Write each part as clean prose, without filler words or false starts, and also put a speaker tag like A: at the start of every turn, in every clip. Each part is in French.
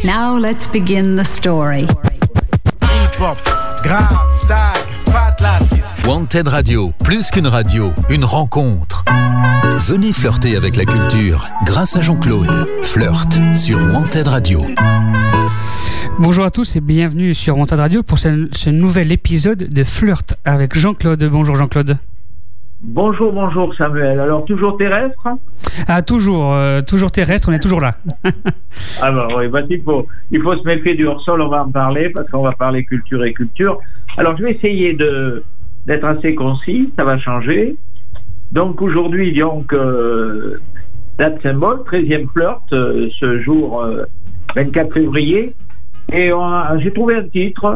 A: Now let's begin the story.
B: Hip-hop, grave, tag, fat lasses.
C: Wanted Radio, plus qu'une radio, une rencontre. Venez flirter avec la culture grâce à Jean-Claude. Flirt sur Wanted Radio.
D: Bonjour à tous et bienvenue sur Wanted Radio pour ce nouvel épisode de Flirt avec Jean-Claude. Bonjour Jean-Claude.
E: Bonjour Samuel. Alors toujours terrestre ?
D: Ah toujours terrestre, on est toujours là.
E: Ah bah oui, il faut se méfier du hors-sol, on va en parler parce qu'on va parler culture et culture. Alors je vais essayer d'être assez concis, ça va changer. Donc aujourd'hui, date symbole, 13e flirt, ce jour 24 février. Et j'ai trouvé un titre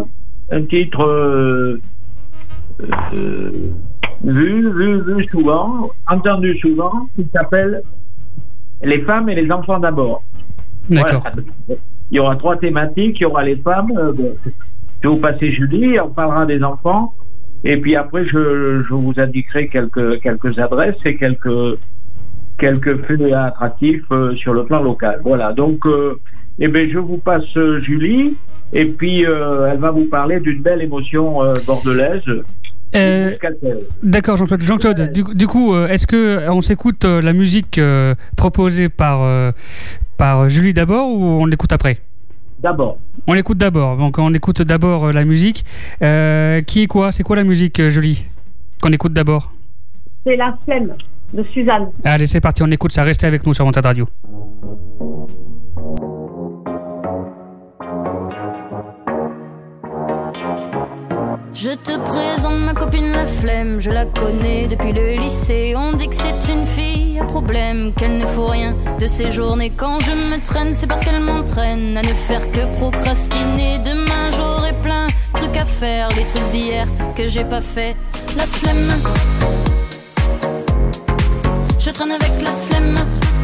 E: vu souvent, entendu souvent, qui s'appelle Les femmes et les enfants d'abord.
D: D'accord.
E: Voilà. Il y aura 3 thématiques, il y aura les femmes, je vais vous passer Julie, on parlera des enfants, et puis après je vous indiquerai quelques adresses et quelques faits attractifs sur le plan local. Voilà, donc je vous passe Julie, et puis elle va vous parler d'une belle émotion bordelaise.
D: D'accord Jean-Claude, du coup est-ce que on s'écoute la musique proposée par Julie d'abord ou on l'écoute après?
E: D'abord.
D: On l'écoute d'abord, donc on écoute d'abord la musique. C'est quoi la musique Julie qu'on écoute d'abord?
F: C'est La Flemme de Suzanne.
D: Allez c'est parti, on écoute ça, restez avec nous sur Wanted Radio.
G: Je te présente ma copine la flemme, je la connais depuis le lycée. On dit que c'est une fille à problème, qu'elle ne faut rien de ses journées. Quand je me traîne, c'est parce qu'elle m'entraîne à ne faire que procrastiner. Demain j'aurai plein de trucs à faire, les trucs d'hier que j'ai pas fait. La flemme, je traîne avec la flemme.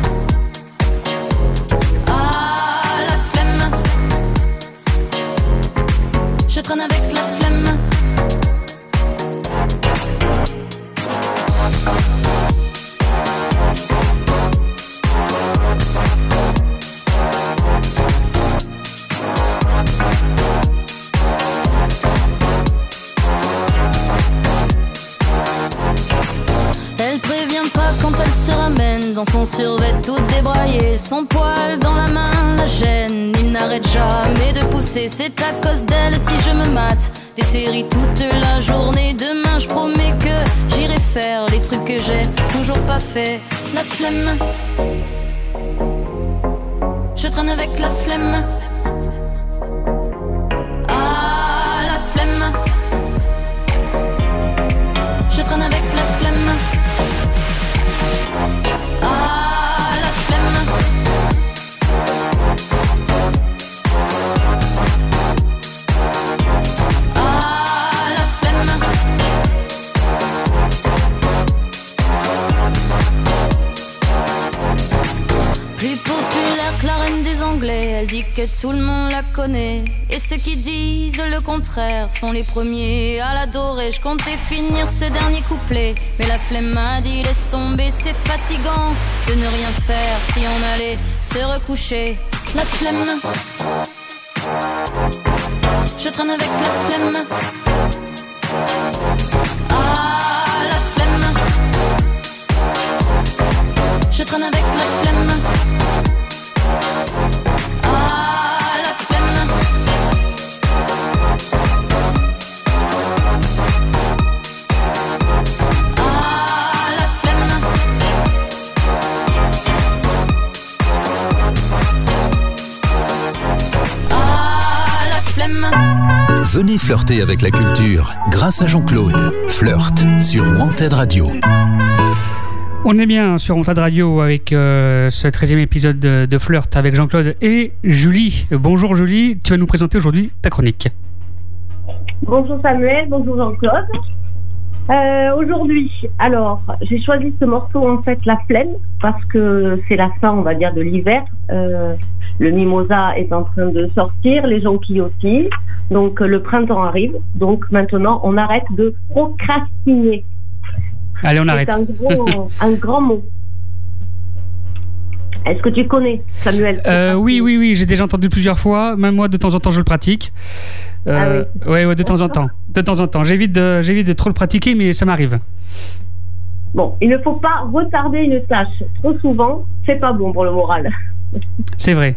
G: Ah, la flemme, je traîne avec la flemme. Dans son survêt tout débraillé, son poil dans la main la gêne. Il n'arrête jamais de pousser, c'est à cause d'elle si je me mate des séries toute la journée. Demain je promets que j'irai faire les trucs que j'ai toujours pas fait. La flemme, je traîne avec la flemme. Ah, la flemme, je traîne avec la flemme. Ah, la flemme, ah, la flemme. Plus populaire que la reine des Anglais, elle dit que tout le monde la connaît. Et ceux qui disent le contraire sont les premiers à l'adorer. Je comptais finir ce dernier couplet, mais la flemme m'a dit laisse tomber, c'est fatigant de ne rien faire si on allait se recoucher. La flemme, je traîne avec la flemme. Ah, la flemme, je traîne avec la flemme. Ah, la flemme. Ah, la flemme. Ah, la flemme.
C: Venez flirter avec la culture grâce à Jean-Claude. Flirt sur Wanted Radio.
D: On est bien sur Wanted Radio avec ce 13e épisode de Flirt avec Jean-Claude et Julie. Bonjour Julie, tu vas nous présenter aujourd'hui ta chronique.
F: Bonjour Samuel, bonjour Jean-Claude. Aujourd'hui, alors, j'ai choisi ce morceau en fait La Flemme parce que c'est la fin, on va dire, de l'hiver. Le mimosa est en train de sortir, les jonquilles aussi. Donc le printemps arrive. Donc maintenant, on arrête de procrastiner.
D: Allez, on arrête.
F: C'est un grand mot. Est-ce que tu connais, Samuel?
D: Oui, j'ai déjà entendu plusieurs fois. Même moi, de temps en temps, je le pratique.
F: Oui.
D: Ouais, de temps en temps. De temps en temps. J'évite de trop le pratiquer, mais ça m'arrive.
F: Bon, il ne faut pas retarder une tâche trop souvent. C'est pas bon pour le moral.
D: C'est vrai.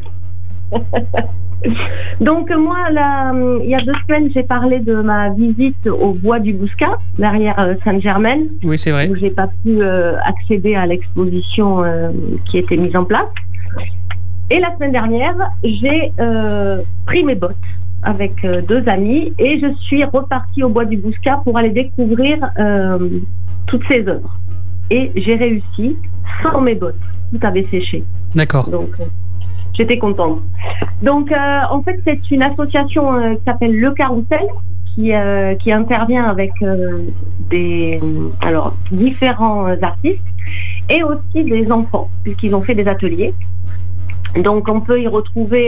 F: Donc moi, il y a 2 semaines, j'ai parlé de ma visite au bois du Bouscat, derrière Sainte-Germaine.
D: Oui, c'est vrai.
F: Où j'ai pas pu accéder à l'exposition qui était mise en place. Et la semaine dernière, j'ai pris mes bottes avec 2 amis et je suis repartie au bois du Bouscat pour aller découvrir toutes ces œuvres. Et j'ai réussi sans mes bottes. Tout avait séché.
D: D'accord.
F: Donc j'étais contente. Donc, en fait, c'est une association qui s'appelle Le Carrousel, qui intervient avec différents artistes et aussi des enfants, puisqu'ils ont fait des ateliers. Donc, on peut y retrouver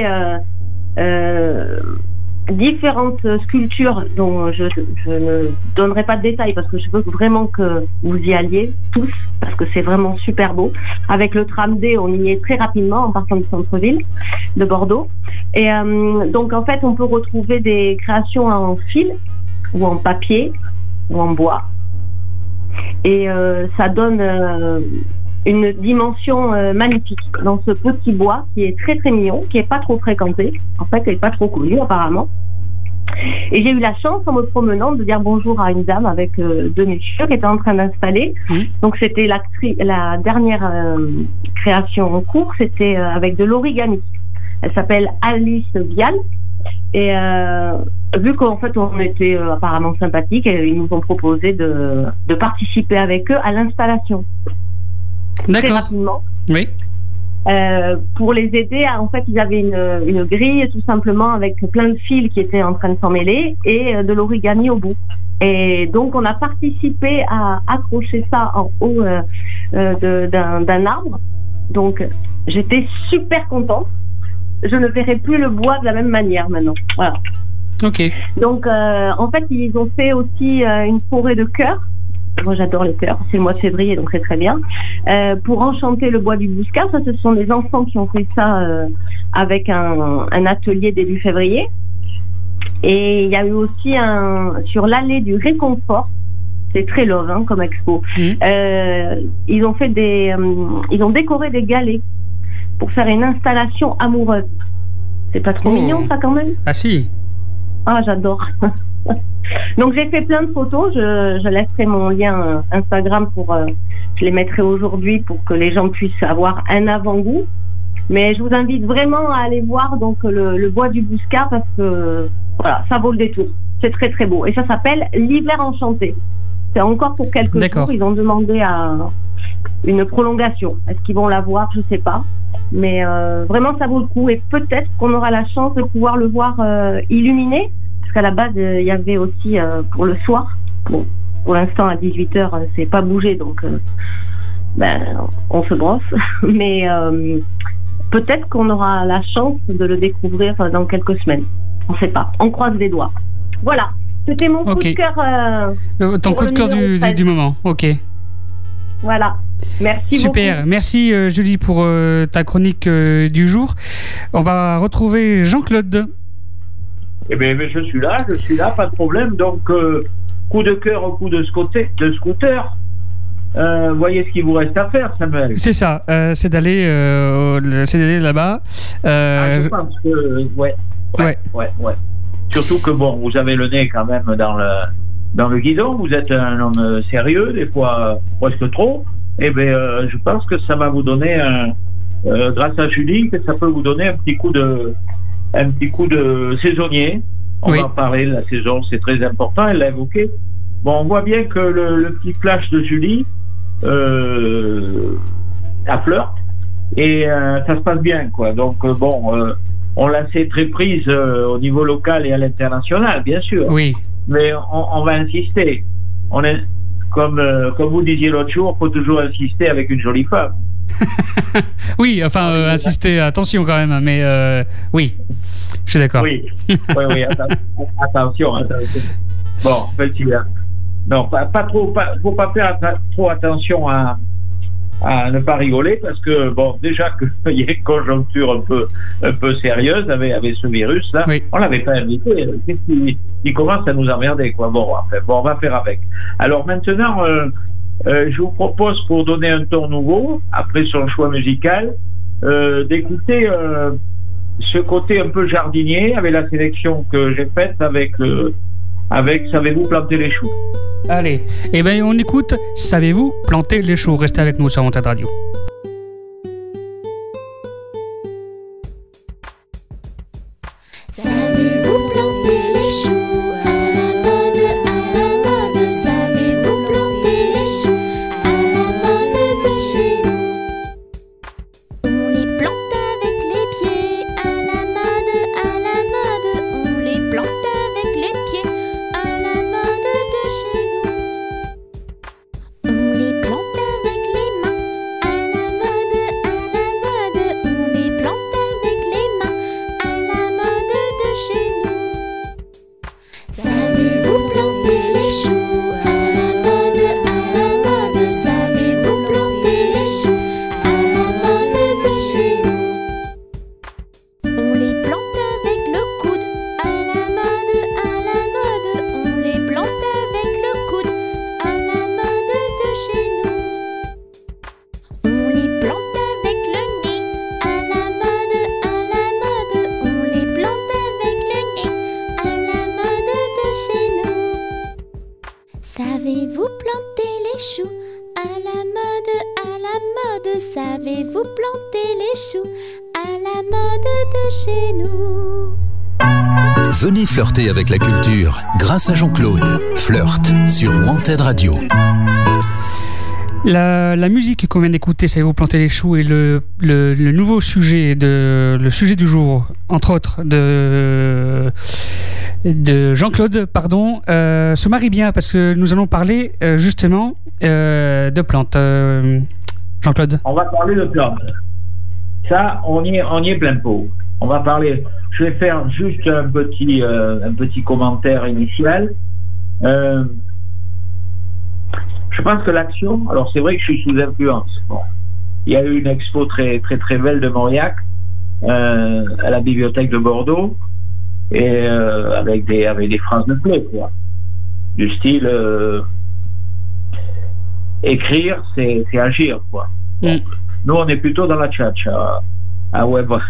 F: différentes sculptures dont je ne donnerai pas de détails parce que je veux vraiment que vous y alliez tous parce que c'est vraiment super beau. Avec le tram D, on y est très rapidement en partant du centre-ville de Bordeaux. Et donc en fait, on peut retrouver des créations en fil ou en papier ou en bois. Et ça donne une dimension magnifique dans ce petit bois qui est très très mignon, qui est pas trop fréquenté. En fait, il n'est pas trop connu apparemment. Et j'ai eu la chance en me promenant de dire bonjour à une dame avec 2 messieurs qui étaient en train d'installer. Donc c'était la dernière création en cours, c'était avec de l'origami. Elle s'appelle Alice Vial. Et vu qu'en fait on était apparemment sympathiques, ils nous ont proposé de participer avec eux à l'installation.
D: D'accord.
F: Très rapidement.
D: Oui.
F: Pour les aider, en fait, ils avaient une grille tout simplement avec plein de fils qui étaient en train de s'emmêler et de l'origami au bout. Et donc, on a participé à accrocher ça en haut d'un arbre. Donc, j'étais super contente. Je ne verrai plus le bois de la même manière maintenant. Voilà.
D: Ok.
F: Donc, en fait, ils ont fait aussi une forêt de cœurs. Moi, j'adore les cœurs. C'est le mois de février, donc c'est très bien. Pour enchanter le bois du Bouscat, ça, ce sont des enfants qui ont fait ça avec un atelier début février. Et il y a eu aussi sur l'allée du Réconfort. C'est très love, comme expo. Ils ont fait ils ont décoré des galets pour faire une installation amoureuse. C'est pas trop mignon, ça, quand même?
D: Ah si.
F: Ah, j'adore. Donc j'ai fait plein de photos, je laisserai mon lien Instagram je les mettrai aujourd'hui pour que les gens puissent avoir un avant-goût. Mais je vous invite vraiment à aller voir donc le bois du Bouscat parce que voilà, ça vaut le détour. C'est très très beau et ça s'appelle l'hiver enchanté. C'est encore pour quelques jours, ils ont demandé une prolongation. Est-ce qu'ils vont la voir? Je sais pas. Mais vraiment ça vaut le coup et peut-être qu'on aura la chance de pouvoir le voir illuminé. Parce qu'à la base, il y avait aussi pour le soir. Bon, pour l'instant, à 18h, c'est pas bougé, donc on se brosse. Mais peut-être qu'on aura la chance de le découvrir dans quelques semaines. On ne sait pas. On croise les doigts. Voilà. C'était mon coup de cœur.
D: Ton coup de cœur du moment. Ok.
F: Voilà. Merci
D: Super.
F: beaucoup.
D: Merci Julie pour ta chronique du jour. On va retrouver Jean-Claude.
E: Eh bien, je suis là, pas de problème. Donc, coup de cœur au coup de scooter. Voyez ce qu'il vous reste à faire, Samuel.
D: C'est ça, c'est d'aller là-bas.
E: Je pense que, ouais. Surtout que, bon, vous avez le nez quand même dans le guidon, vous êtes un homme sérieux, des fois presque trop. Eh bien, je pense que ça va vous donner, grâce à Julie, que ça peut vous donner un petit coup de saisonnier. On va en parler, la saison, c'est très important, elle l'a évoqué. Bon, on voit bien que le petit flash de Julie à Flirt, et ça se passe bien, quoi. Donc, on l'a sait très prise au niveau local et à l'international, bien sûr.
D: Oui. Mais
E: on va insister. On est, comme vous disiez l'autre jour, il faut toujours insister avec une jolie femme.
D: Oui, enfin, insister, attention quand même, mais oui, je suis d'accord.
E: Oui, attention. Bon, en fait, non, pas trop, faut pas faire trop attention à à ne pas rigoler parce que, bon, déjà qu'il y a une conjoncture un peu sérieuse avec ce virus-là,
D: oui.
E: On l'avait pas invité. Qu'est-ce qui commence à nous emmerder, quoi. Bon, on va faire avec. Alors maintenant, je vous propose, pour donner un ton nouveau, après son choix musical, d'écouter ce côté un peu jardinier avec la sélection que j'ai faite avec Savez-vous planter les choux.
D: Allez, eh ben on écoute Savez-vous planter les choux. Restez avec nous sur Wanted Radio.
H: Savez-vous planter les choux à la mode, savez-vous planter les choux à la mode de chez nous? On les plante avec les pieds à la mode, on les plante avec les pieds à la mode de chez nous. On les plante avec les mains à la mode, on les plante avec les mains à la mode de chez nous. Savez-vous planter les choux à la mode, savez-vous planter les choux à la mode de chez nous? On les plante avec le coude à la mode, on les plante avec le coude à la mode de chez nous. On les plante avec le nez à la mode, on les plante avec le nez à la mode de chez nous. Savez-vous planter les choux à la mode, savez-vous planter les choux à la mode de chez nous?
C: Venez flirter avec la culture grâce à Jean-Claude. Flirt sur Wanted Radio.
D: La musique qu'on vient d'écouter, Savez-vous planter les choux, et le nouveau sujet, le sujet du jour, entre autres, de Jean-Claude, pardon, se marie bien parce que nous allons parler justement de plantes. Jean-Claude.
E: On va parler de plantes. Ça, on y est plein pot. On va parler. Je vais faire juste un petit commentaire initial. Je pense que l'action. Alors c'est vrai que je suis sous influence. Bon, il y a eu une expo très très très belle de Mauriac à la bibliothèque de Bordeaux et avec des phrases de play, quoi. Du style écrire, c'est agir, quoi. Bon, nous, on est plutôt dans la tchatch à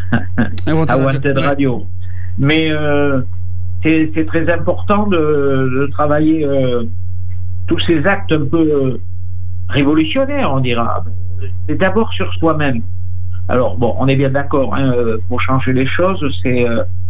E: Wanted Radio. Mais c'est très important de travailler tous ces actes un peu révolutionnaires, on dira. C'est d'abord sur soi-même. Alors, bon, on est bien d'accord, hein, pour changer les choses, c'est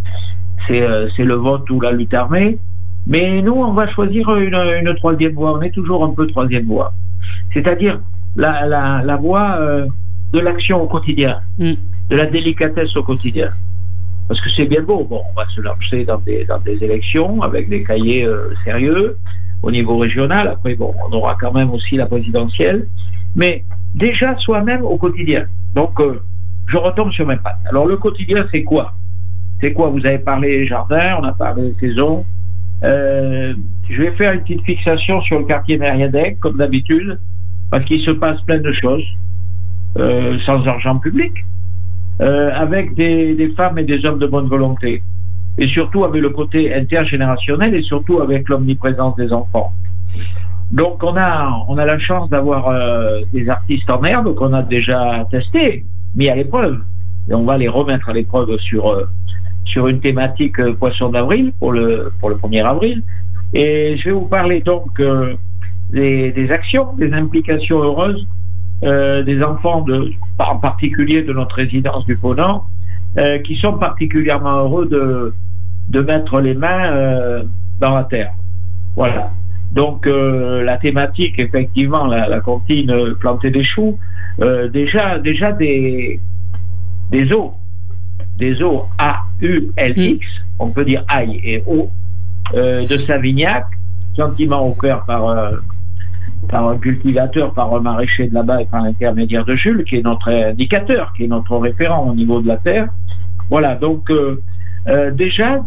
E: le vote ou la lutte armée. Mais nous, on va choisir une troisième voie. On est toujours un peu troisième voie. C'est-à-dire la voie de l'action au quotidien, de la délicatesse au quotidien. Parce que c'est bien beau. Bon, on va se lancer dans des élections avec des cahiers sérieux au niveau régional. Après, bon, on aura quand même aussi la présidentielle. Mais déjà soi-même au quotidien. Donc, je retombe sur mes pattes. Alors, le quotidien, c'est quoi? C'est quoi? Vous avez parlé jardin, on a parlé saison. Je vais faire une petite fixation sur le quartier Mériadec, comme d'habitude, parce qu'il se passe plein de choses, sans argent public, avec des femmes et des hommes de bonne volonté, et surtout avec le côté intergénérationnel, et surtout avec l'omniprésence des enfants. Donc on a la chance d'avoir des artistes en herbe qu'on a déjà testés, mis à l'épreuve, et on va les remettre à l'épreuve sur une thématique poisson d'avril pour le 1er avril. Et je vais vous parler donc des actions, des implications heureuses des enfants, en particulier de notre résidence du Pôle Nord, qui sont particulièrement heureux de mettre les mains dans la terre. Voilà. Donc la thématique, effectivement, la comptine planter des choux, déjà des os. Des os AULX, on peut dire ail et O, de Savignac, gentiment offert par un cultivateur, par un maraîcher de là-bas et par l'intermédiaire de Jules, qui est notre indicateur, qui est notre référent au niveau de la terre. Voilà, donc déjà,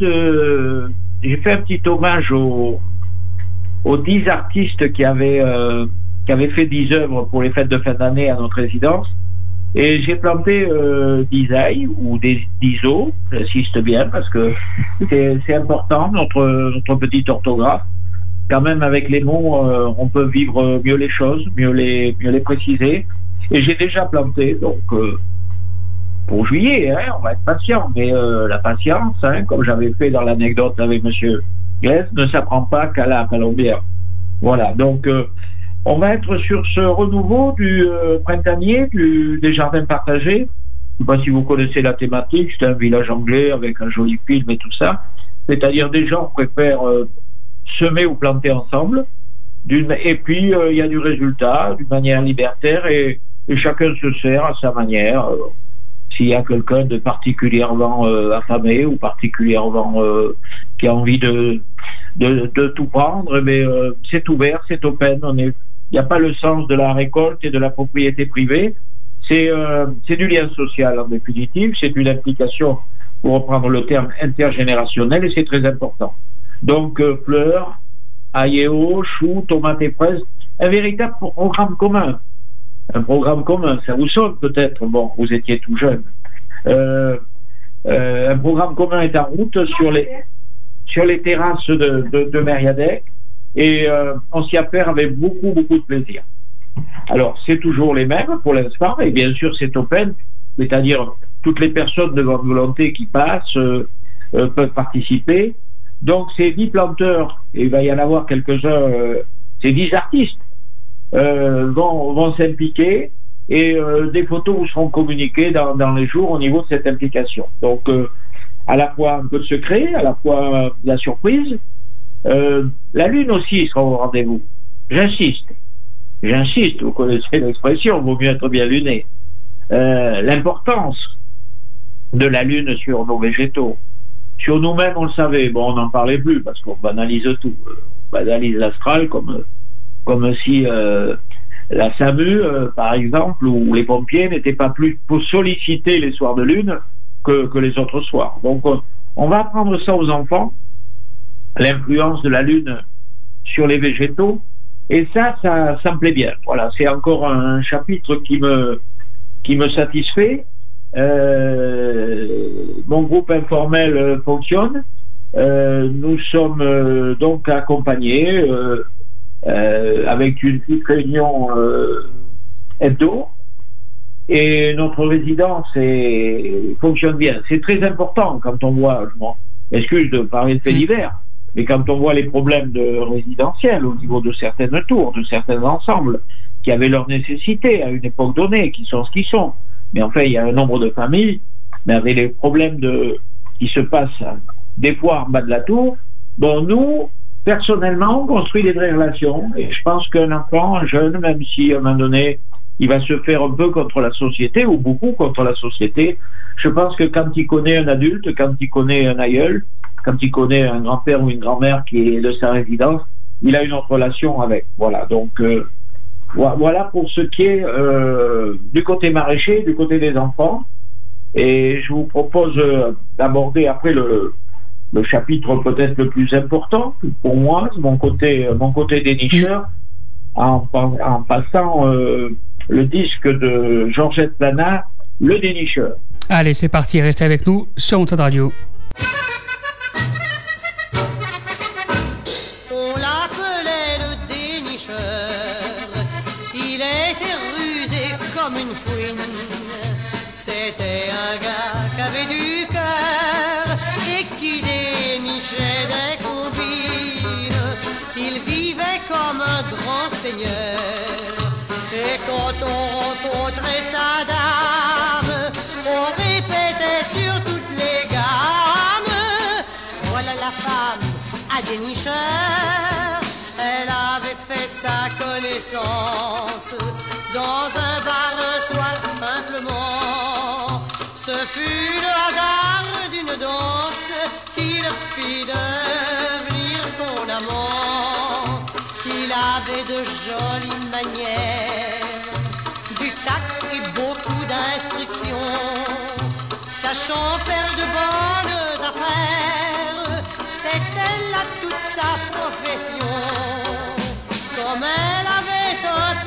E: j'ai fait un petit hommage aux 10 artistes qui avaient qui avait fait 10 œuvres pour les fêtes de fin d'année à notre résidence. Et j'ai planté 10 ailles ou des 10 os, j'insiste bien parce que c'est important, notre petite orthographe. Quand même, avec les mots, on peut vivre mieux les choses, mieux les préciser. Et j'ai déjà planté, donc pour juillet, hein, on va être patient. Mais la patience, hein, comme j'avais fait dans l'anecdote avec Monsieur Glaise, ne s'apprend pas qu'à la palombière. Voilà, donc on va être sur ce renouveau du printanier, des jardins partagés. Je ne sais pas si vous connaissez la thématique, c'est un village anglais avec un joli film et tout ça. C'est-à-dire des gens préfèrent semer ou planter ensemble. Et puis, il y a du résultat, d'une manière libertaire, et chacun se sert à sa manière. S'il y a quelqu'un de particulièrement affamé ou particulièrement qui a envie de tout prendre, mais c'est ouvert, c'est open. Il n'y a pas le sens de la récolte et de la propriété privée. C'est du lien social en définitive, c'est une implication, pour reprendre le terme, intergénérationnel, et c'est très important. Donc fleurs, aïéo, choux, tomates et fraises, un véritable programme commun. Un programme commun, ça vous sonne peut-être, bon, vous étiez tout jeune. Un programme commun est en route sur les terrasses de Mériadec, et on s'y affaire avec beaucoup de plaisir. Alors, c'est toujours les mêmes pour l'instant, et bien sûr c'est open, c'est-à-dire toutes les personnes de bonne volonté qui passent peuvent participer. Donc ces 10 planteurs, et il va y en avoir quelques-uns, ces 10 artistes vont s'impliquer, et des photos vous seront communiquées dans les jours au niveau de cette implication. Donc à la fois un peu de secret, à la fois de la surprise. La lune aussi sera au rendez-vous. J'insiste, vous connaissez l'expression, vaut mieux être bien luné. L'importance de la lune sur nos végétaux. Sur nous-mêmes, on le savait, bon, on n'en parlait plus parce qu'on banalise tout. On banalise l'astral comme si la SAMU, par exemple, ou les pompiers n'étaient pas plus pour solliciter les soirs de lune que les autres soirs. Donc, on va apprendre ça aux enfants, l'influence de la lune sur les végétaux, et ça me plaît bien. Voilà, c'est encore un chapitre qui me satisfait. Mon groupe informel fonctionne. Nous sommes donc accompagnés avec une petite réunion hebdo, et notre résidence fonctionne bien. C'est très important quand on voit, je m'excuse de parler de fait divers, mais quand on voit les problèmes de résidentiel au niveau de certaines tours, de certains ensembles qui avaient leur nécessité à une époque donnée, qui sont ce qu'ils sont. Mais enfin, il y a un nombre de familles, mais avec les problèmes qui se passent des fois en bas de la tour. Bon, nous, personnellement, on construit des vraies relations, et je pense qu'un enfant, un jeune, même si à un moment donné, il va se faire un peu contre la société, ou beaucoup contre la société, je pense que quand il connaît un adulte, quand il connaît un aïeul, quand il connaît un grand-père ou une grand-mère qui est de sa résidence, il a une autre relation avec. Voilà, donc voilà pour ce qui est du côté maraîcher, du côté des enfants. Et je vous propose d'aborder après le chapitre peut-être le plus important pour moi, mon côté dénicheur, en passant le disque de Georgette Plana, Le Dénicheur.
D: Allez, c'est parti, restez avec nous sur Montagne Radio.
I: On l'appelait le dénicheur, il était rusé comme une fouine. C'était un gars qui avait du cœur et qui dénichait des combines. Il vivait comme un grand seigneur, et quand on rencontrait sa dame, on répétait sur toutes les gammes: voilà la femme à dénicheur. Elle avait fait sa connaissance dans un bar un soir simplement. Ce fut le hasard d'une danse qui le fit devenir son amant. Il avait de jolies manières, du tact et beaucoup d'instruction, sachant faire de bonnes affaires. C'était là toute sa profession. Comme elle avait un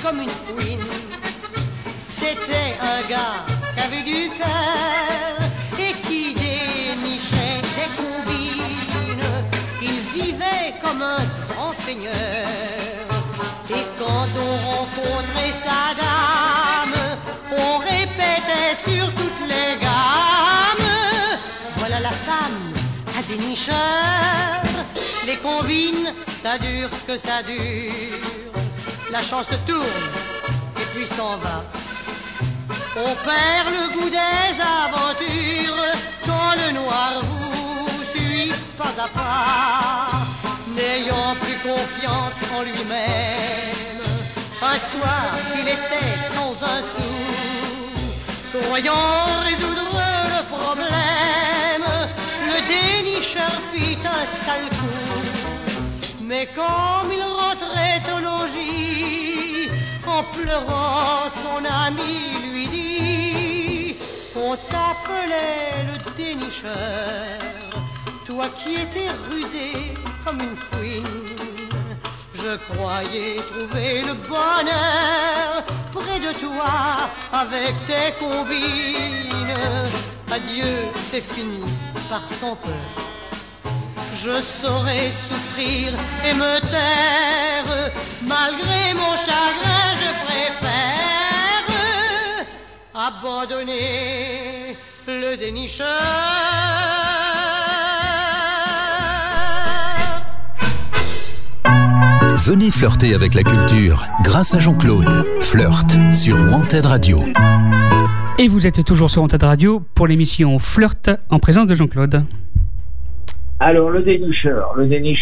I: comme une fouine. C'était un gars qui avait du cœur et qui dénichait des combines. Il vivait comme un grand seigneur. Et quand on rencontrait sa dame, on répétait sur toutes les gammes. Voilà la femme à dénicheur. Les combines, ça dure ce que ça dure. La chance tourne et puis s'en va. On perd le goût des aventures quand le noir vous suit pas à pas. N'ayant plus confiance en lui-même, un soir il était sans un sou, croyant résoudre le problème, le dénicheur fit un sale coup. Mais comme il rentrait au logis, en pleurant son ami lui dit: on t'appelait le dénicheur, toi qui étais rusé comme une fouine. Je croyais trouver le bonheur près de toi avec tes combines. Adieu, c'est fini par son peur. Je saurais souffrir et me taire. Malgré mon chagrin, je préfère abandonner le dénicheur.
C: Venez flirter avec la culture grâce à Jean-Claude. Flirt sur Wanted Radio.
D: Et vous êtes toujours sur Wanted Radio pour l'émission Flirt en présence de Jean-Claude.
E: Alors, le dénicheur,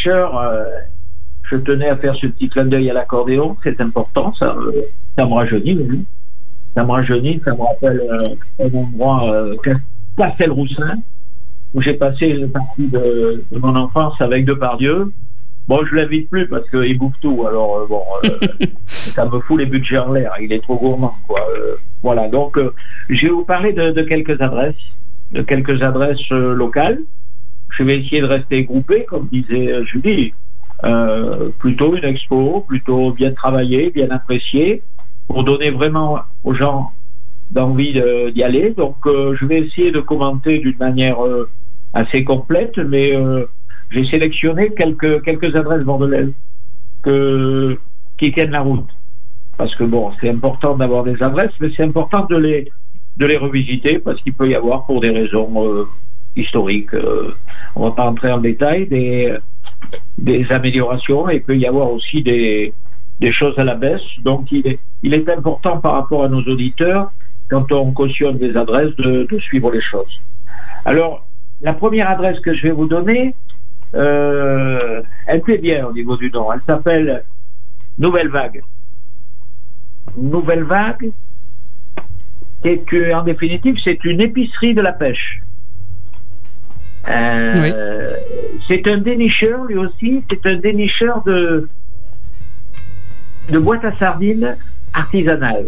E: je tenais à faire ce petit clin d'œil à l'accordéon, c'est important, ça me rajeunit, oui. Ça me rappelle un endroit, Castelroussin, où j'ai passé une partie de mon enfance avec Depardieu. Bon, je l'invite plus parce qu'il bouffe tout, alors ça me fout les budgets en l'air, il est trop gourmand, quoi. Voilà, donc je vais vous parler de quelques adresses locales. Je vais essayer de rester groupé, comme disait Julie. Plutôt une expo, plutôt bien travaillée, bien appréciée, pour donner vraiment aux gens d'envie d'y aller. Donc, je vais essayer de commenter d'une manière assez complète, mais j'ai sélectionné quelques adresses bordelaises qui tiennent la route. Parce que bon, c'est important d'avoir des adresses, mais c'est important de les revisiter, parce qu'il peut y avoir, pour des raisons historiques, on va pas entrer en détail, des améliorations, et il peut y avoir aussi des choses à la baisse. Donc il est important par rapport à nos auditeurs, quand on cautionne des adresses, de suivre les choses. Alors, la première adresse que je vais vous donner, elle plaît bien au niveau du nom. Elle s'appelle Nouvelle Vague. Nouvelle Vague, en définitive, c'est une épicerie de la pêche.
D: Oui.
E: C'est un dénicheur, lui aussi. C'est un dénicheur de boîtes à sardines artisanales.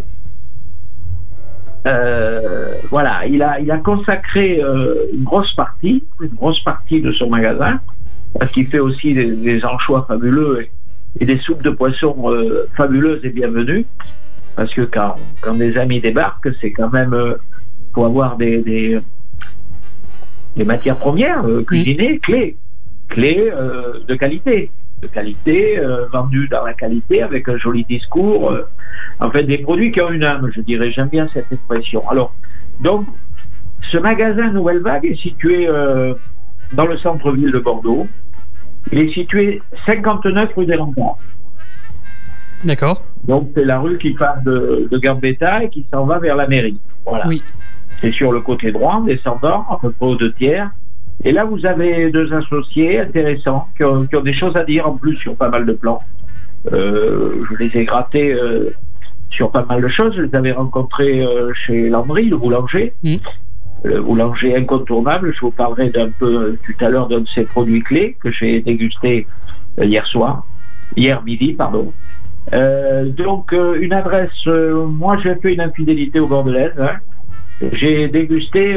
E: Voilà, il a consacré une grosse partie de son magasin, parce qu'il fait aussi des anchois fabuleux et des soupes de poissons fabuleuses et bienvenues. Parce que quand des amis débarquent, c'est quand même faut avoir des matières premières cuisinées clés de qualité, vendues dans la qualité, avec un joli discours, en fait des produits qui ont une âme, je dirais. J'aime bien cette expression. Alors, donc, ce magasin Nouvelle Vague est situé dans le centre-ville de Bordeaux. Il est situé 59 rue des Remparts.
D: D'accord.
E: Donc, c'est la rue qui part de Gambetta et qui s'en va vers la mairie. Voilà. Oui. C'est sur le côté droit, descendant, à peu près aux 2 tiers. Et là, vous avez 2 associés intéressants qui ont des choses à dire en plus sur pas mal de plans. Je les ai grattés sur pas mal de choses. Je les avais rencontrés chez Landry, le boulanger. Le boulanger incontournable. Je vous parlerai tout à l'heure d'un de ses produits clés que j'ai dégusté hier midi. Donc, une adresse, moi j'ai fait une infidélité aux Bordelaises. Hein. J'ai dégusté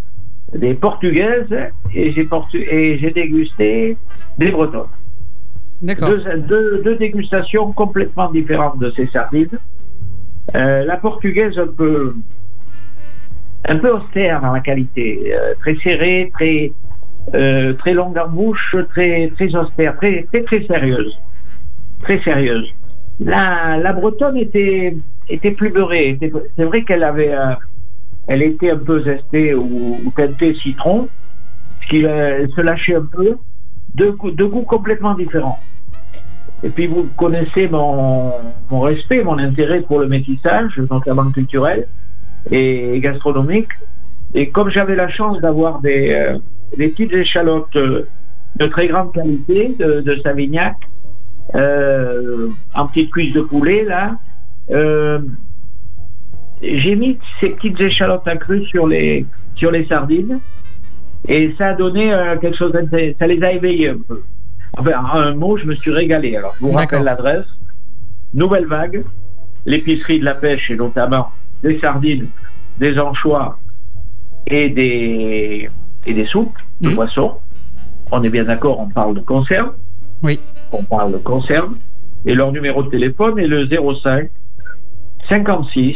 E: des Portugaises et j'ai dégusté des Bretonnes.
D: D'accord.
E: Deux dégustations complètement différentes de ces sardines. La portugaise un peu austère dans la qualité, très serrée, très longue en bouche, très austère, très sérieuse, très sérieuse. La bretonne était plus beurrée. C'est vrai qu'elle avait, elle était un peu zestée ou teintée citron, ce qui se lâchait un peu, deux goûts complètement différents. Et puis vous connaissez mon respect, mon intérêt pour le métissage, notamment culturel et gastronomique. Et comme j'avais la chance d'avoir des petites échalotes de très grande qualité de Savignac, en petites cuisses de poulet là, j'ai mis ces petites échalotes accrues sur les sardines et ça a donné quelque chose d'intéressant. Ça les a éveillées un peu. Enfin, en un mot, je me suis régalé. Alors, je vous rappelle l'adresse. Nouvelle Vague, l'épicerie de la pêche et notamment des sardines, des anchois et des soupes de poisson. On est bien d'accord, on parle de conserve.
D: Oui.
E: On parle de conserve. Et leur numéro de téléphone est le 05 56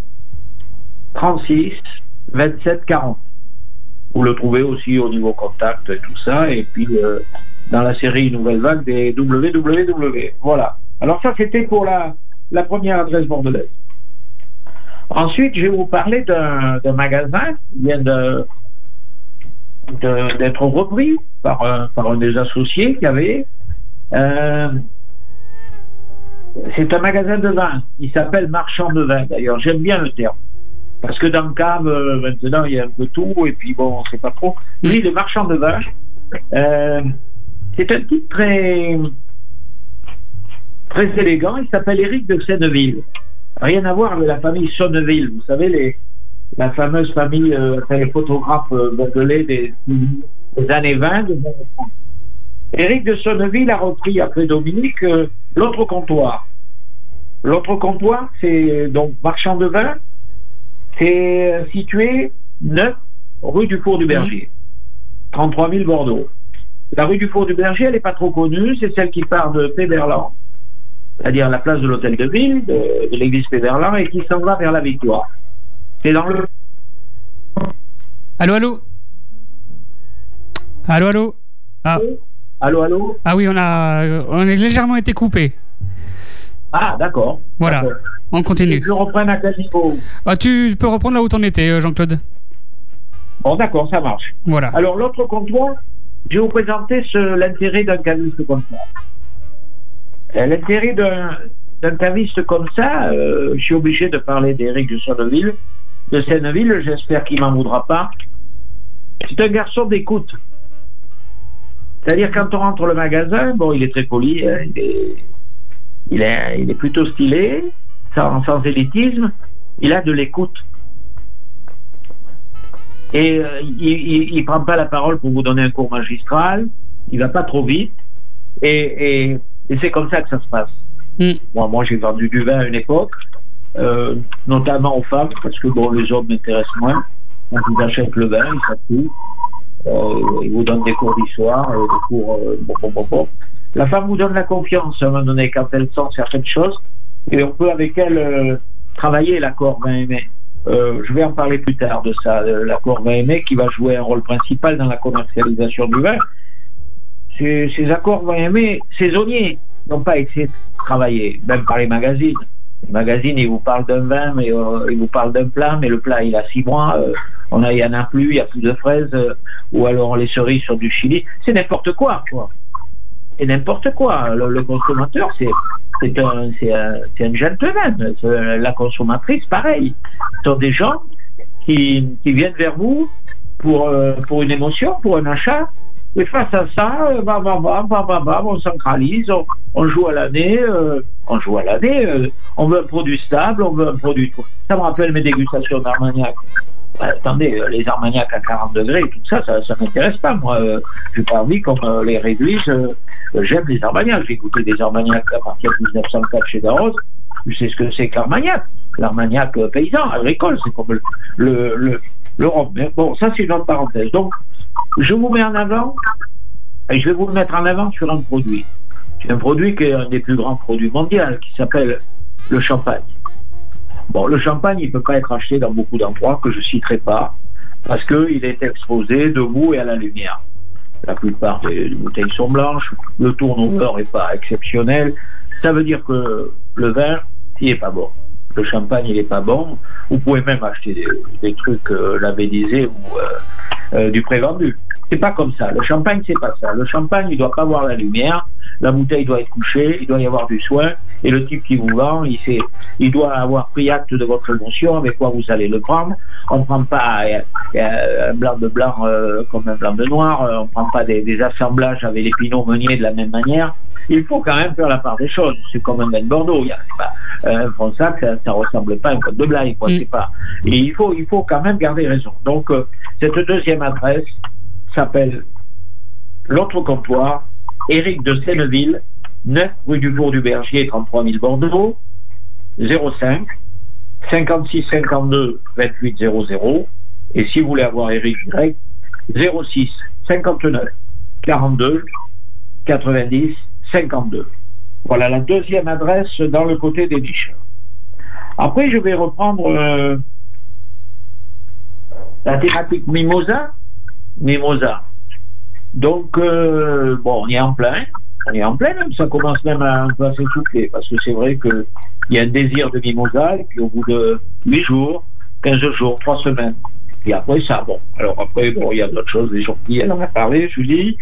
E: 36 27 40. Vous le trouvez aussi au niveau contact et tout ça. Et puis, dans la série Nouvelle Vague des www. Voilà. Alors ça, c'était pour la première adresse bordelaise. Ensuite, je vais vous parler d'un magasin qui vient d'être repris par un des associés qui avait. C'est un magasin de vin. Il s'appelle Marchand de vin. D'ailleurs, j'aime bien le terme. Parce que dans le cave, maintenant, il y a un peu tout. Et puis, bon, on ne sait pas trop. Lui, il est marchand de vin. C'est un type très élégant. Il s'appelle Éric de Senneville. Rien à voir avec la famille Sonneville. Vous savez, la fameuse famille, les photographes bordelais des années 20. Éric de Sonneville a repris après Dominique l'autre comptoir. L'autre comptoir, c'est donc marchand de vin. C'est situé 9 rue du Four du Berger. 33 000 Bordeaux. La rue du Four du Berger, elle n'est pas trop connue. C'est celle qui part de Péberlan, c'est-à-dire la place de l'hôtel de ville, de l'église Péberlan, et qui s'en va vers la Victoire. C'est dans le...
D: Allô, allô. Allô, allô. Ah.
E: Allô, allô.
D: Ah oui, on a légèrement été coupé.
E: Ah, d'accord.
D: Voilà, d'accord. On continue.
E: Je reprends à quel niveau?
D: Ah, tu peux reprendre là où t'en étais, Jean-Claude.
E: Bon, d'accord, ça marche.
D: Voilà.
E: Alors, l'autre comptoir, je vais vous présenter l'intérêt d'un caviste comme ça. L'intérêt d'un caviste comme ça, je suis obligé de parler d'Éric de Senneville. J'espère qu'il m'en voudra pas. C'est un garçon d'écoute. C'est-à-dire, quand on rentre le magasin, bon, il est très poli, hein, il est plutôt stylé, sans élitisme, il a de l'écoute. Et il prend pas la parole pour vous donner un cours magistral, il va pas trop vite, et c'est comme ça que ça se passe. Moi, j'ai vendu du vin à une époque, notamment aux femmes, parce que bon, les hommes m'intéressent moins. Quand ils achètent le vin, ils s'appuient. Ils vous donnent des cours d'histoire, des cours... La femme vous donne la confiance à un moment donné quand elle sent certaines choses, et on peut avec elle travailler l'accord vin aimé. Je vais en parler plus tard de ça, l'accord vin aimé qui va jouer un rôle principal dans la commercialisation du vin. Ces accords vin aimé saisonniers n'ont pas été travaillés, même par les magazines. Les magazines, ils vous parlent d'un vin, mais ils vous parlent d'un plat, mais le plat, il a 6 mois, il y en a plus, il y a plus de fraises, ou alors les cerises sur du Chili. C'est n'importe quoi, quoi. C'est n'importe quoi. Le consommateur, c'est un gentleman. La consommatrice, pareil. Ce sont des gens qui viennent vers vous pour une émotion, pour un achat. Et face à ça, on centralise, on joue à l'année, on veut un produit stable, on veut un produit... Ça me rappelle mes dégustations d'Armagnac. Attendez, les Armagnac à 40 degrés, tout ça m'intéresse pas, moi. J'ai pas envie qu'on les réduise. J'aime les Armagnac. J'ai goûté des Armagnac à partir de 1904 chez Darroze. Je sais ce que c'est que l'Armagnac. L'Armagnac paysan, agricole, c'est comme le rhum. Mais bon, ça, c'est une autre parenthèse. Donc, je vous mets en avant, et je vais vous le mettre en avant sur un produit. C'est un produit qui est un des plus grands produits mondiaux, qui s'appelle le champagne. Bon, le champagne, il ne peut pas être acheté dans beaucoup d'endroits que je ne citerai pas, parce qu'il est exposé debout et à la lumière. La plupart des bouteilles sont blanches, le turnover n'est pas exceptionnel. Ça veut dire que le vin, il n'est pas bon. Le champagne, il n'est pas bon. Vous pouvez même acheter des trucs labellisés ou du prévendu. C'est pas comme ça. Le champagne, c'est pas ça. Le champagne, il doit pas voir la lumière. La bouteille doit être couchée. Il doit y avoir du soin. Et le type qui vous vend, il doit avoir pris acte de votre émotion, avec quoi vous allez le prendre. On ne prend pas un blanc de blanc comme un blanc de noir. On ne prend pas des assemblages avec les pinots meuniers de la même manière. Il faut quand même faire la part des choses. C'est comme un vin de Bordeaux. Un Fronsac, ça ressemble pas à un Côte de Blaye, quoi. C'est pas. Et il faut quand même garder raison. Donc, cette deuxième adresse s'appelle l'autre comptoir, Éric de Senneville, 9 rue du Bourg du Bergier, 33 000 Bordeaux, 05 56 52 28 00. Et si vous voulez avoir Éric direct, 06 59 42 90 52. Voilà la deuxième adresse dans le côté des Niches. Après, je vais reprendre la thématique Mimosa. Donc, bon, on y est en plein. Même ça commence même à un peu à s'essouffler, parce que c'est vrai qu'il y a un désir de Mimosa, et puis au bout de 8 jours, 15 jours, 3 semaines. Et après ça, bon. Alors après, bon, il y a d'autres choses, les sorties, elle en a parlé, Julie.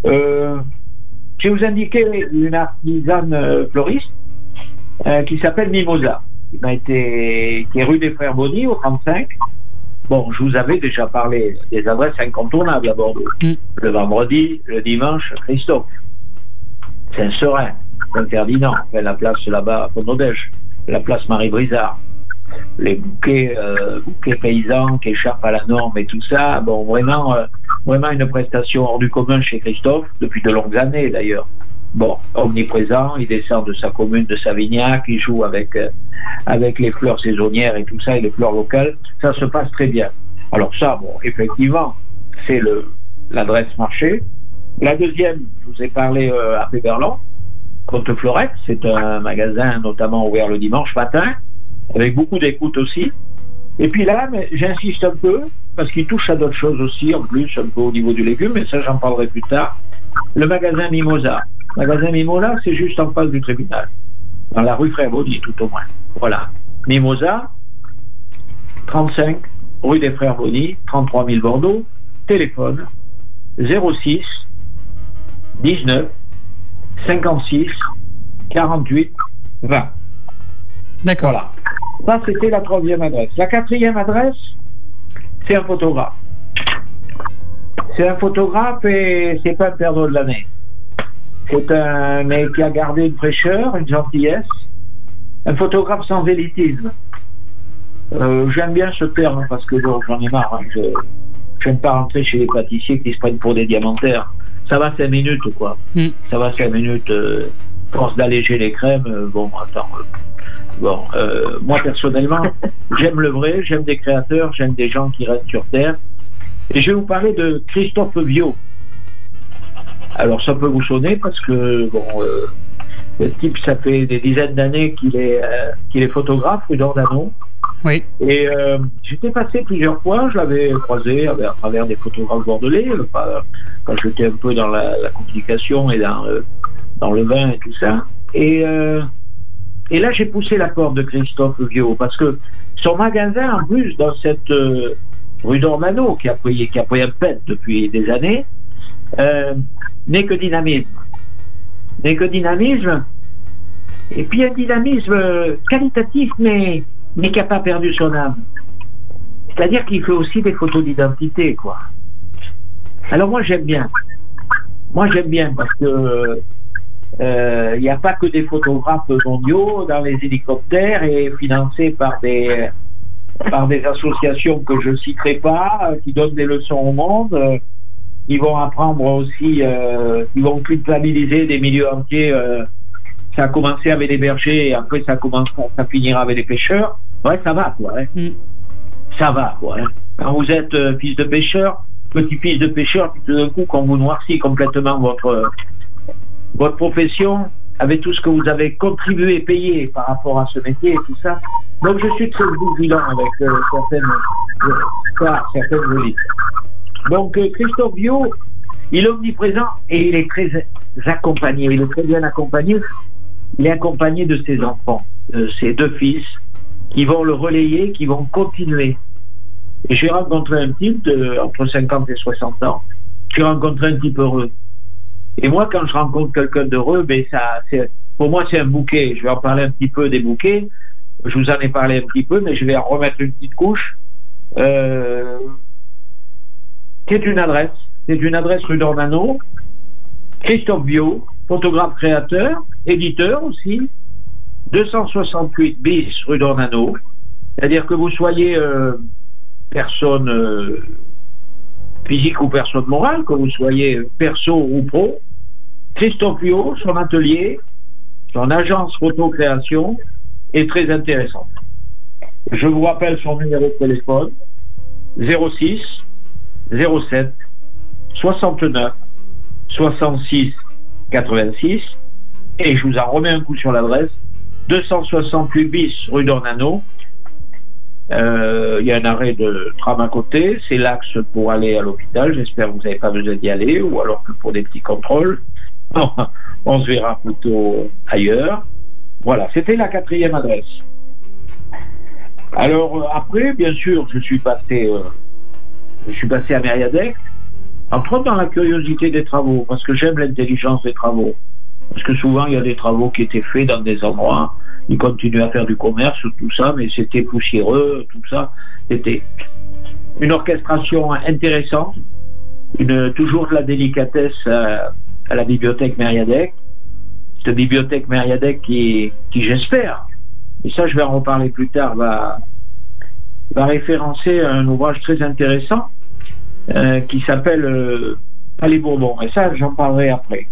E: Je vais vous indiquer une artisane fleuriste qui s'appelle Mimosa, qui est rue des Frères Bonny, au 35. Bon, je vous avais déjà parlé des adresses incontournables à Bordeaux. Le vendredi, le dimanche, Christophe. Saint-Seurin, Saint-Ferdinand, la place là-bas à Pont-Odège, la place Marie-Brizard. Les bouquets paysans qui échappent à la norme et tout ça. Bon, vraiment une prestation hors du commun chez Christophe, depuis de longues années d'ailleurs. Bon, omniprésent, il descend de sa commune de Savignac, il joue avec les fleurs saisonnières et tout ça, et les fleurs locales. Ça se passe très bien. Alors ça, bon, effectivement, c'est l'adresse marché. La deuxième, je vous ai parlé à Péberlan, Côte Fleurette, c'est un magasin notamment ouvert le dimanche matin, avec beaucoup d'écoute aussi. Et puis là, mais j'insiste un peu, parce qu'il touche à d'autres choses aussi, en plus, un peu au niveau du légume, mais ça j'en parlerai plus tard. Le magasin Mimosa. Le magasin Mimosa, c'est juste en face du tribunal, dans la rue Frère Bonny, tout au moins. Voilà. Mimosa, 35, rue des Frères Bonny, 33 000 Bordeaux, téléphone 06 19 56 48 20.
D: D'accord.
E: Voilà. Ça, c'était la troisième adresse. La quatrième adresse, c'est un photographe. C'est un photographe et c'est pas un perdreau de l'année. C'est un mec qui a gardé une fraîcheur, une gentillesse. Un photographe sans élitisme. J'aime bien ce terme parce que j'en ai marre. Je n'aime pas rentrer chez les pâtissiers qui se prennent pour des diamantaires. Ça va 5 minutes, quoi. Ça va 5 minutes. Force d'alléger les crèmes. Bon, attends. Moi, personnellement, j'aime le vrai, j'aime des créateurs, j'aime des gens qui restent sur Terre. Et je vais vous parler de Christophe Viau. Alors, ça peut vous sonner parce que, le type, ça fait des dizaines d'années qu'il est photographe, rue d'Ornano.
D: Oui.
E: Et j'étais passé plusieurs fois, je l'avais croisé à travers des photographes bordelais, quand j'étais un peu dans la communication et dans le vin et tout ça. Et là, j'ai poussé la porte de Christophe Viau, parce que son magasin, en plus, dans cette rue d'Ornano, qui a pris un pet depuis des années, n'est que dynamisme. Et puis un dynamisme qualitatif, mais qui n'a pas perdu son âme. C'est-à-dire qu'il fait aussi des photos d'identité, quoi. Alors moi, j'aime bien parce que il n'y a pas que des photographes mondiaux dans les hélicoptères et financés par des associations que je ne citerai pas, qui donnent des leçons au monde. Ils vont apprendre aussi, ils vont culpabiliser des milieux entiers. Ça a commencé avec les bergers et après ça finira avec les pêcheurs. Ouais, ça va, quoi. Hein. Ça va, quoi. Hein. Quand vous êtes fils de pêcheur, petit-fils de pêcheur, puis tout d'un coup, quand vous noircit complètement votre profession, avec tout ce que vous avez contribué et payé par rapport à ce métier et tout ça. Donc je suis très vigilant avec certaines élites. Donc Christophe Viau, il est omniprésent et il est très accompagné, il est très bien accompagné. Il est accompagné de ses enfants, ses 2 fils, qui vont le relayer, qui vont continuer. Et j'ai rencontré un type entre 50 et 60 ans. J'ai rencontré un type heureux. Et moi, quand je rencontre quelqu'un d'heureux, pour moi, c'est un bouquet. Je vais en parler un petit peu des bouquets. Je vous en ai parlé un petit peu, mais je vais en remettre une petite couche. C'est une adresse. C'est une adresse rue d'Ornano. Christophe Viau, photographe créateur, éditeur aussi. 268 bis rue d'Ornano. C'est-à-dire que vous soyez personne physique ou personne morale, que vous soyez perso ou pro. Christophe Viau, son atelier, son agence photo-création est très intéressante. Je vous rappelle son numéro de téléphone 06 07 69 66 86 et je vous en remets un coup sur l'adresse 268 bis rue d'Ornano. Il y a un arrêt de tram à côté, c'est l'axe pour aller à l'hôpital. J'espère que vous n'avez pas besoin d'y aller, ou alors que pour des petits contrôles, on se verra plutôt ailleurs. Voilà, c'était la 4e adresse. Alors après, bien sûr, je suis passé à Mériadec, entre autres dans la curiosité des travaux, parce que j'aime l'intelligence des travaux. Parce que souvent, il y a des travaux qui étaient faits dans des endroits, ils continuaient à faire du commerce, tout ça, mais c'était poussiéreux, tout ça. C'était une orchestration intéressante, toujours de la délicatesse à la bibliothèque Mériadec. Cette bibliothèque Mériadec qui j'espère, et ça je vais en reparler plus tard, va référencer un ouvrage très intéressant qui s'appelle Palais Bourbon. Et ça, j'en parlerai après.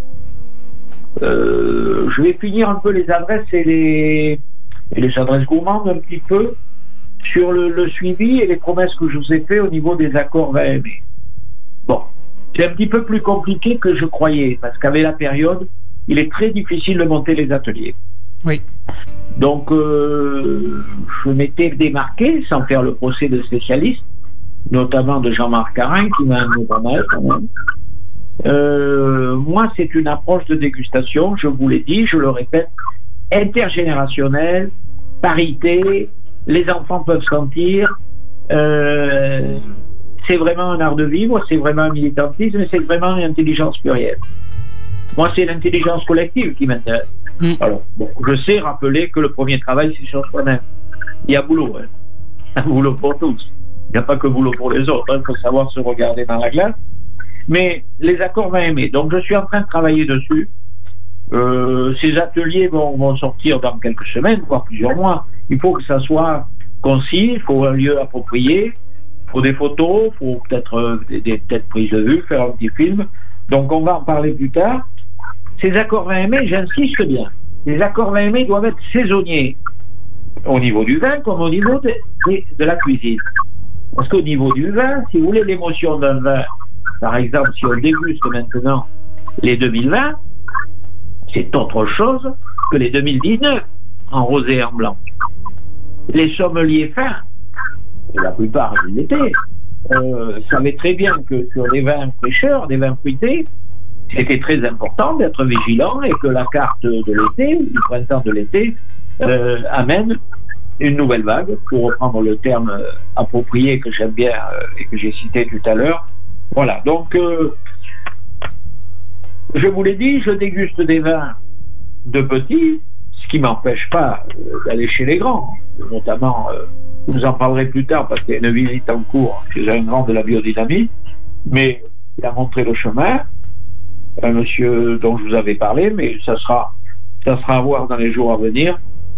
E: Je vais finir un peu les adresses et les adresses gourmandes un petit peu sur le suivi et les promesses que je vous ai fait au niveau des accords VAM. Bon, c'est un petit peu plus compliqué que je croyais, parce qu'avec la période, il est très difficile de monter les ateliers.
D: Oui.
E: Donc, je m'étais démarqué, sans faire le procès de spécialistes, notamment de Jean-Marc Carin, qui m'a amené pas mal quand même. Moi, c'est une approche de dégustation, je vous l'ai dit, je le répète, intergénérationnelle, parité, les enfants peuvent sentir, c'est vraiment un art de vivre, c'est vraiment un militantisme, c'est vraiment une intelligence plurielle. Moi, c'est l'intelligence collective qui m'intéresse. Alors, bon, je sais rappeler que le premier travail, c'est sur soi-même. Il y a boulot, hein. Il y a boulot pour tous. Il n'y a pas que boulot pour les autres, il faut savoir se regarder dans la glace. Mais les accords VAM, donc je suis en train de travailler dessus. Ces ateliers vont sortir dans quelques semaines, voire plusieurs mois. Il faut que ça soit concis, il faut un lieu approprié, il faut des photos, il faut peut-être des prises de vue, faire un petit film. Donc on va en parler plus tard. Ces accords VAM, j'insiste bien, les accords VAM doivent être saisonniers, au niveau du vin comme au niveau de la cuisine. Parce qu'au niveau du vin, si vous voulez l'émotion d'un vin, par exemple, si on déguste maintenant les 2020, c'est autre chose que les 2019, en rosé et en blanc. Les sommeliers fins, et la plupart ils l'étaient, savaient très bien que sur les vins fraîcheurs, des vins fruités, c'était très important d'être vigilant et que la carte de l'été, du printemps de l'été, amène une nouvelle vague, pour reprendre le terme approprié que j'aime bien et que j'ai cité tout à l'heure. Voilà, donc je vous l'ai dit, je déguste des vins de petits, ce qui ne m'empêche pas d'aller chez les grands, notamment, je vous en parlerai plus tard parce qu'il y a une visite en cours chez un grand de la biodynamie, mais il a montré le chemin, un monsieur dont je vous avais parlé, mais ça sera à voir dans les jours à venir.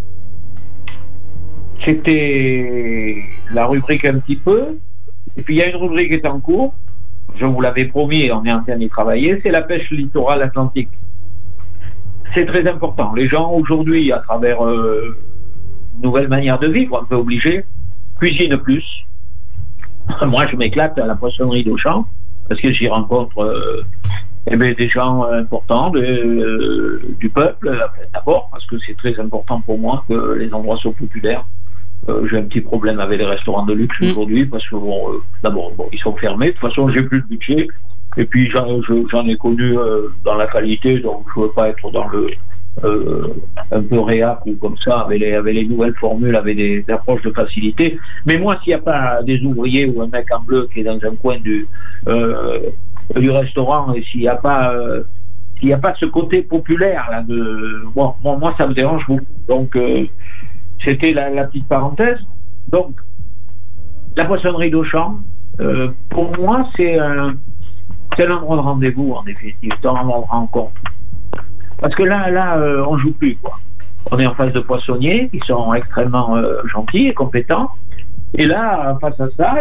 E: C'était la rubrique un petit peu, et puis il y a une rubrique qui est en cours, je vous l'avais promis et on est en train d'y travailler, c'est la pêche littorale atlantique. C'est très important. Les gens aujourd'hui, à travers une nouvelle manière de vivre, un peu obligés, cuisinent plus. Moi, je m'éclate à la poissonnerie d'Auchan, parce que j'y rencontre des gens importants du peuple, d'abord, parce que c'est très important pour moi que les endroits soient populaires. J'ai un petit problème avec les restaurants de luxe aujourd'hui, parce que d'abord, ils sont fermés. De toute façon, j'ai plus de budget. Et puis, j'en ai connu dans la qualité, donc je veux pas être dans le un peu réac ou comme ça, avec les nouvelles formules, avec des approches de facilité. Mais moi, s'il n'y a pas des ouvriers ou un mec en bleu qui est dans un coin du restaurant, et s'il n'y a pas ce côté populaire là, moi ça me dérange beaucoup. Donc c'était la petite parenthèse. Donc la poissonnerie d'Auchan, pour moi c'est un endroit de rendez-vous en définitive, c'est un endroit de rencontre. Parce que là on joue plus, quoi. On est en face de poissonniers qui sont extrêmement gentils et compétents. Et là, face à ça,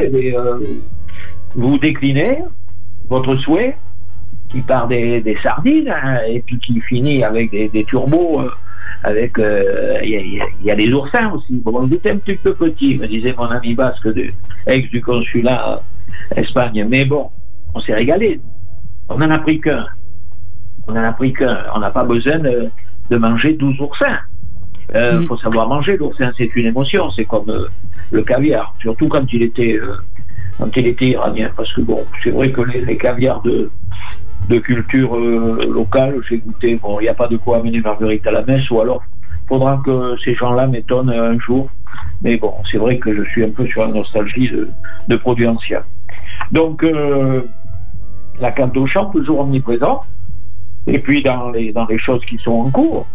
E: vous déclinez votre souhait, qui part des sardines, hein, et puis qui finit avec des turbos, avec il y a des oursins aussi. Bon, ils étaient un petit peu petits, me disait mon ami basque, ex du consulat Espagne. Mais bon, on s'est régalé. On n'en a pris qu'un. On n'a pas besoin de manger 12 oursins. Faut savoir manger. L'oursin, c'est une émotion. C'est comme le caviar, surtout quand il était iranien. Parce que bon, c'est vrai que les caviars de culture locale, j'ai goûté. Bon, il n'y a pas de quoi amener Marguerite à la messe, ou alors faudra que ces gens-là m'étonnent un jour. Mais bon, c'est vrai que je suis un peu sur la nostalgie de produits anciens. Donc, la cave d'Auchan, toujours omniprésente. Et puis dans les choses qui sont en cours,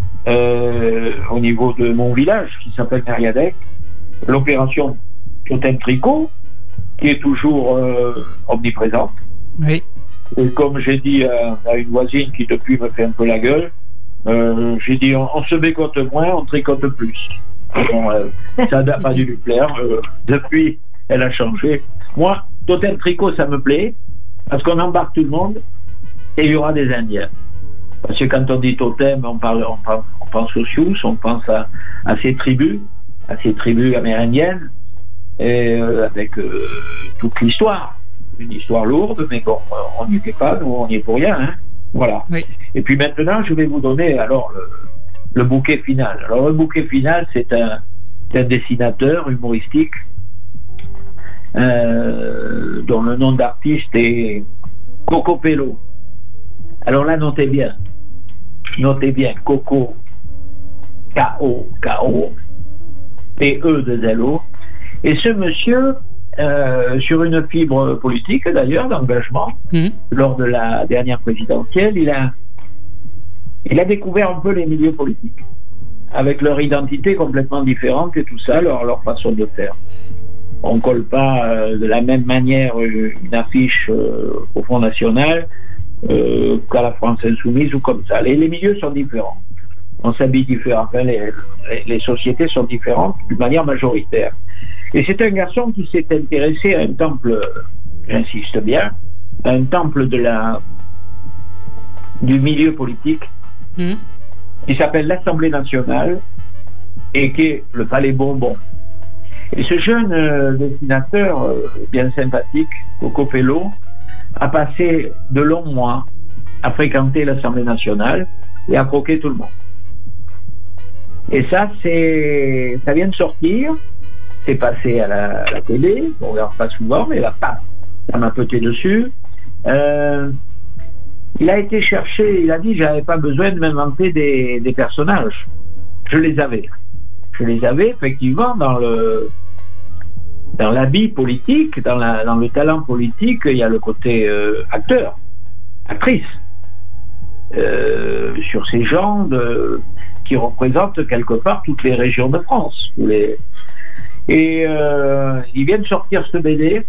E: au niveau de mon village qui s'appelle Mériadec, l'opération Totem Tricot, qui est toujours omniprésente. Oui. Et comme j'ai dit à une voisine qui depuis me fait un peu la gueule, j'ai dit on se bécote moins, on tricote plus. Bon, ça n'a pas dû lui plaire. Depuis, elle a changé. Moi, Totem Tricot, ça me plaît, parce qu'on embarque tout le monde. Et il y aura des Indiens. Parce que quand on dit totem, on pense aux Sioux, on pense à ces tribus amérindiennes, et avec toute l'histoire. Une histoire lourde, mais bon, on n'y était pas, nous, on n'y est pour rien. Hein. Voilà. Oui. Et puis maintenant, je vais vous donner alors le bouquet final. Alors le bouquet final, c'est un dessinateur humoristique dont le nom d'artiste est Coco Pello. Alors là, notez bien, Coco, K-O, P-E-2-L-O. Et ce monsieur, sur une fibre politique d'ailleurs, d'engagement, lors de la dernière présidentielle, il a découvert un peu les milieux politiques, avec leur identité complètement différente et tout ça, leur façon de faire. On ne colle pas de la même manière une affiche au Front National qu'à la France Insoumise ou comme ça. Les milieux sont différents. On s'habille différemment. Enfin, les sociétés sont différentes d'une manière majoritaire. Et c'est un garçon qui s'est intéressé à un temple, j'insiste bien, un temple du milieu politique qui s'appelle l'Assemblée nationale et qui est le Palais Bourbon. Et ce jeune dessinateur bien sympathique, Coco Pello, a passé de longs mois à fréquenter l'Assemblée nationale et à croquer tout le monde. Et ça vient de sortir, c'est passé à la télé, on ne regarde pas souvent, mais là, ça m'a peté dessus. Il a été cherché, il a dit, j'avais pas besoin de m'inventer des personnages. Je les avais effectivement dans l'habit politique, dans le talent politique, il y a le côté acteur, actrice, sur ces gens qui représentent quelque part toutes les régions de France. Et il vient de sortir ce BD,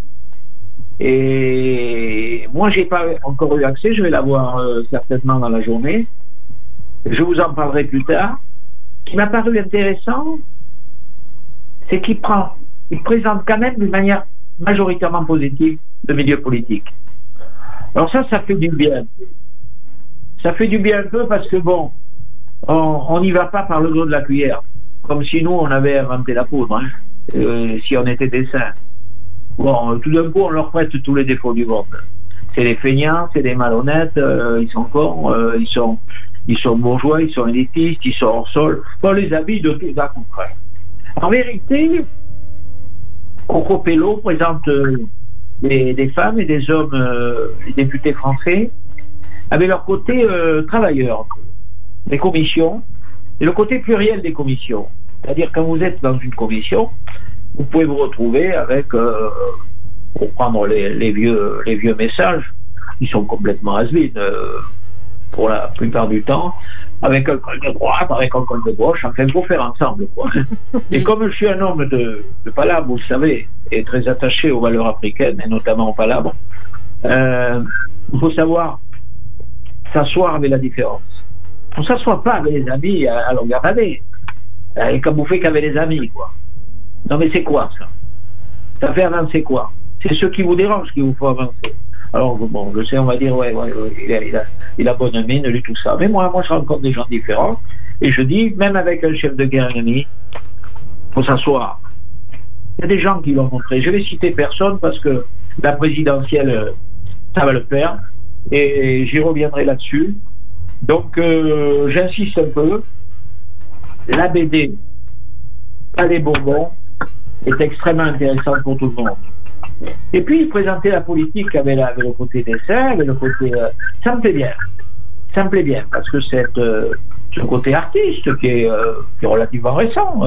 E: et moi j'ai pas encore eu accès, je vais l'avoir certainement dans la journée. Je vous en parlerai plus tard. Ce qui m'a paru intéressant, c'est qu'il présente quand même d'une manière majoritairement positive le milieu politique. Alors ça fait du bien. Ça fait du bien un peu parce que bon, on n'y va pas par le dos de la cuillère, comme si nous on avait inventé la poudre, si on était des saints. Bon, tout d'un coup on leur prête tous les défauts du monde. C'est des feignants, c'est des malhonnêtes, ils sont cons, ils sont bourgeois, ils sont élitistes, ils sont hors sol. On les habille de tout à contraire. En vérité, Cocopello présente des femmes et des hommes, les députés français, avec leur côté travailleur, des commissions, et le côté pluriel des commissions. C'est-à-dire, quand vous êtes dans une commission, vous pouvez vous retrouver avec, pour prendre les vieux messages, qui sont complètement has-been, pour la plupart du temps, avec un col de droite, avec un col de gauche, enfin, il faut faire ensemble, quoi. Et comme je suis un homme de Palabre, vous le savez, et très attaché aux valeurs africaines, et notamment au Palabre, il faut savoir s'asseoir avec la différence. On ne s'assoit pas avec les amis à longueur d'année, et comme vous faites qu'avec les amis, quoi. Non, mais c'est quoi, ça? Ça fait avancer quoi? C'est ce qui vous dérange qui vous faut avancer. Alors, bon, je sais, on va dire, ouais, il a bonne mine, lui, tout ça. Mais moi, je rencontre des gens différents, et je dis, même avec un chef de guerre ennemi, il faut s'asseoir. Il y a des gens qui l'ont montré. Je vais citer personne parce que la présidentielle, ça va le faire, et j'y reviendrai là-dessus. Donc, j'insiste un peu. La BD, pas les bonbons, est extrêmement intéressante pour tout le monde. Et puis, présenter la politique avec le côté dessin, avec le côté... ça me plaît bien. Ça me plaît bien, parce que ce côté artiste qui est relativement récent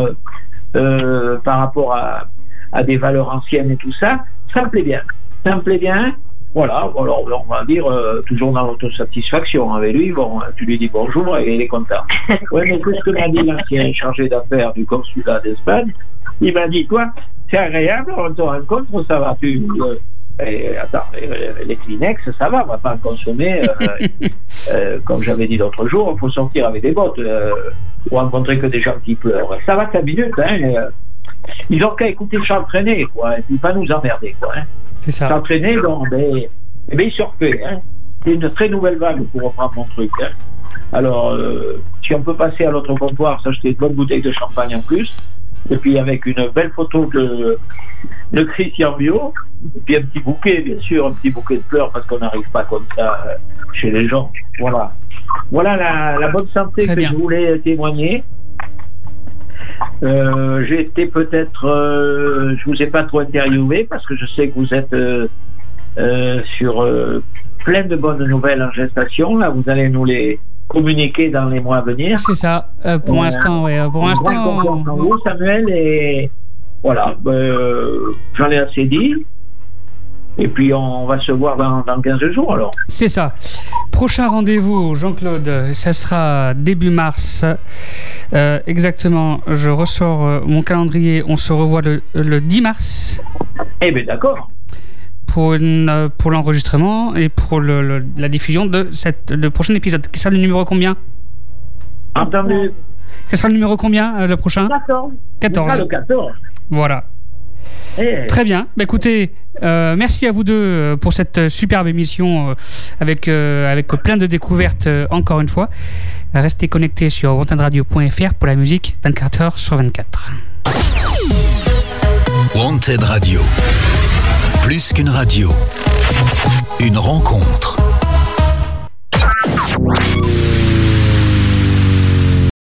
E: par rapport à des valeurs anciennes et tout ça, ça me plaît bien. Ça me plaît bien. Voilà, alors on va dire toujours dans l'autosatisfaction avec lui, bon, tu lui dis bonjour et il est content. Oui, mais c'est ce que m'a dit l'ancien chargé d'affaires du consulat d'Espagne. Il m'a dit, toi, c'est agréable, on te rencontre, ça va, attends, les Kleenex, ça va, on va pas en consommer, comme j'avais dit l'autre jour, il faut sortir avec des bottes, ou rencontrer que des gens qui pleurent. Ça va 5 minutes, hein. Ils ont qu'à écouter Charles Trenet, quoi, et puis pas nous emmerder, quoi, hein.
D: C'est ça.
E: S'entraîner, bon, il surfait, hein. C'est une très nouvelle vague pour reprendre mon truc, hein. Alors, si on peut passer à l'autre comptoir, s'acheter une bonne bouteille de champagne en plus, et puis avec une belle photo de Christian Bio, et puis un petit bouquet, bien sûr, un petit bouquet de fleurs, parce qu'on n'arrive pas comme ça chez les gens. Voilà. Voilà la bonne santé que je voulais témoigner. J'ai été peut-être, je vous ai pas trop interviewé parce que je sais que vous êtes sur plein de bonnes nouvelles en gestation. Là, vous allez nous les communiquer dans les mois à venir.
D: C'est ça. Pour l'instant, oui. Pour l'instant,
E: vous, Samuel, et voilà. J'en ai assez dit. Et puis on va se voir dans 15 jours alors.
D: C'est ça. Prochain rendez-vous, Jean-Claude, ça sera début mars. Exactement, je ressors mon calendrier. On se revoit le 10 mars.
E: Eh bien d'accord.
D: Pour l'enregistrement et pour la diffusion de le prochain épisode. Qui sera le numéro combien?
E: Entendu.
D: Ce sera le numéro combien le prochain? 14.
E: Ah, le 14.
D: Voilà. Très bien. Bah, écoutez, merci à vous deux pour cette superbe émission avec plein de découvertes encore une fois. Restez connectés sur wantedradio.fr pour la musique 24h/24.
C: Wanted Radio. Plus qu'une radio. Une rencontre.